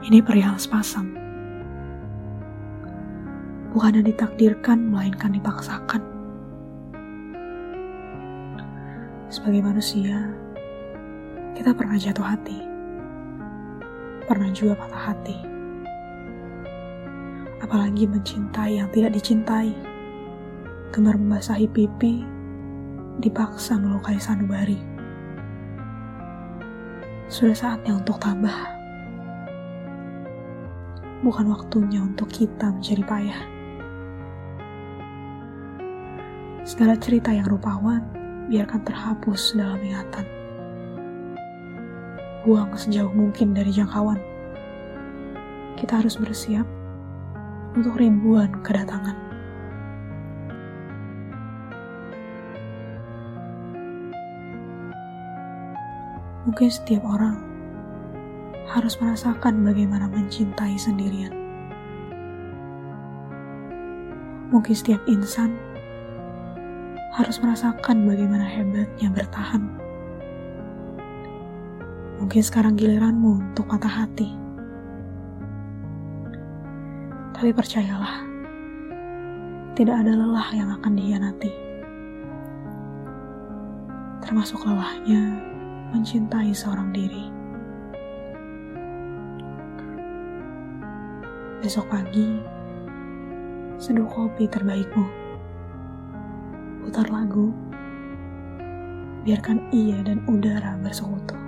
Ini perihal sepasang. Bukan yang ditakdirkan, melainkan dipaksakan. Sebagai manusia, kita pernah jatuh hati. Pernah juga patah hati. Apalagi mencintai yang tidak dicintai. Gemar membasahi pipi, dipaksa melukai sanubari. Sudah saatnya untuk tabah. Bukan waktunya untuk kita menjadi payah. Segala cerita yang rupawan, biarkan terhapus dalam ingatan. Buang sejauh mungkin dari jangkauan. Kita harus bersiap untuk ribuan kedatangan. Mungkin setiap orang harus merasakan bagaimana mencintai sendirian. Mungkin setiap insan harus merasakan bagaimana hebatnya bertahan. Mungkin sekarang giliranmu untuk patah hati. Tapi percayalah, tidak ada lelah yang akan dikhianati. Termasuk lelahnya mencintai seorang diri. Besok pagi, seduh kopi terbaikmu. Putar lagu, biarkan ia dan udara bersekutu.